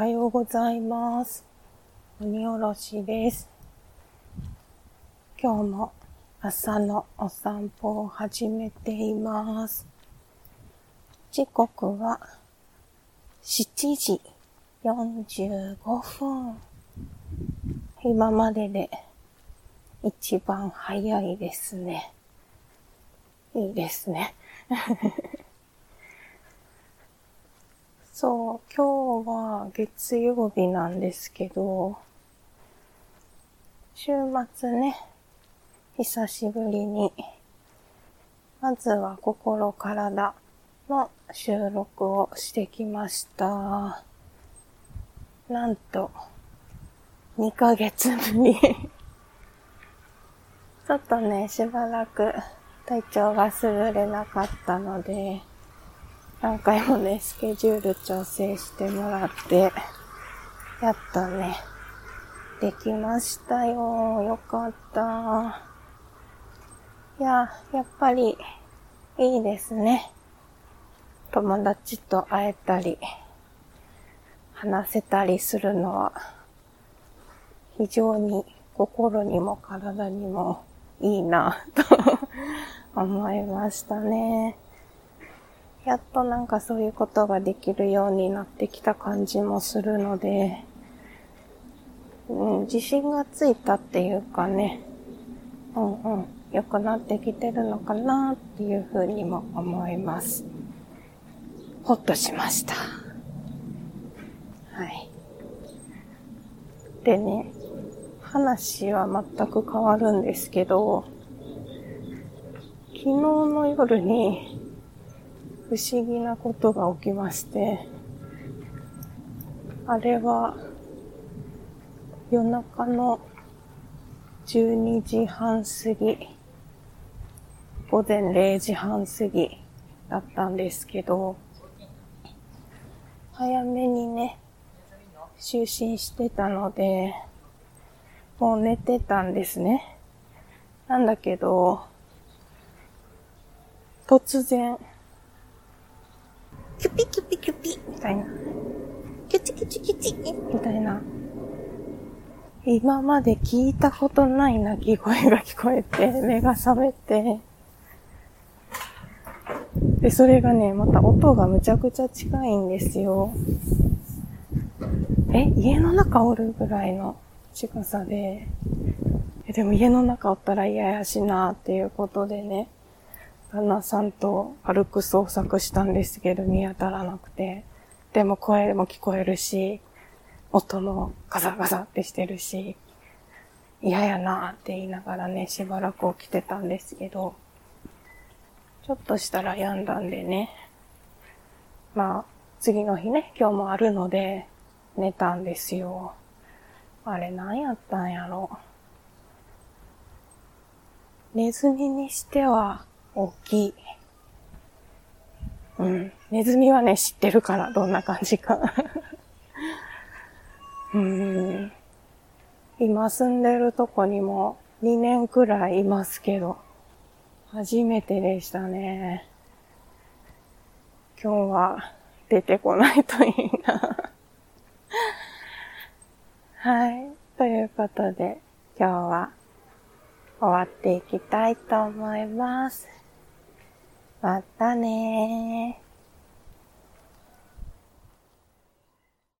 はようございます。鬼おろしです。今日も朝のお散歩を始めています。時刻は7時45分。今までで一番早いですね。いいですね。そう、今日は月曜日なんですけど、週末ね、久しぶりに、まずは心体の収録をしてきました。なんと、2ヶ月ぶり。ちょっとね、しばらく体調が優れなかったので、何回もね、スケジュール調整してもらって、やっとね、できましたよ。よかった。いや、やっぱりいいですね。友達と会えたり、話せたりするのは、非常に心にも体にもいいなと思いましたね。やっとなんかそういうことができるようになってきた感じもするので、自信がついたっていうかね、良くなってきてるのかなっていうふうにも思います。ほっとしました。はい。でね、話は全く変わるんですけど、昨日の夜に不思議なことが起きまして、あれは夜中の12時半過ぎ、午前0時半過ぎだったんですけど、早めにね、就寝してたので、もう寝てたんですね。なんだけど、突然、キュピキュピキュピみたいな、キュチキュチキュチみたいな、今まで聞いたことない鳴き声が聞こえて、目が覚めて、で、それがね、また音がむちゃくちゃ近いんですよ。家の中おるぐらいの近さで、でも家の中おったら嫌やしなっていうことでね、旦那さんと軽く捜索したんですけど見当たらなくて、でも声も聞こえるし、音もガサガサってしてるし、嫌やなって言いながらね、しばらく起きてたんですけど、ちょっとしたら止んだんでね、まあ、次の日ね、今日もあるので、寝たんですよ。あれ何やったんやろ。ネズミにしては大きい。ネズミはね、知ってるから、どんな感じか。今住んでるとこにも2年くらいいますけど、初めてでしたね。今日は出てこないといいな。はい。ということで、今日は終わっていきたいと思います。またねー。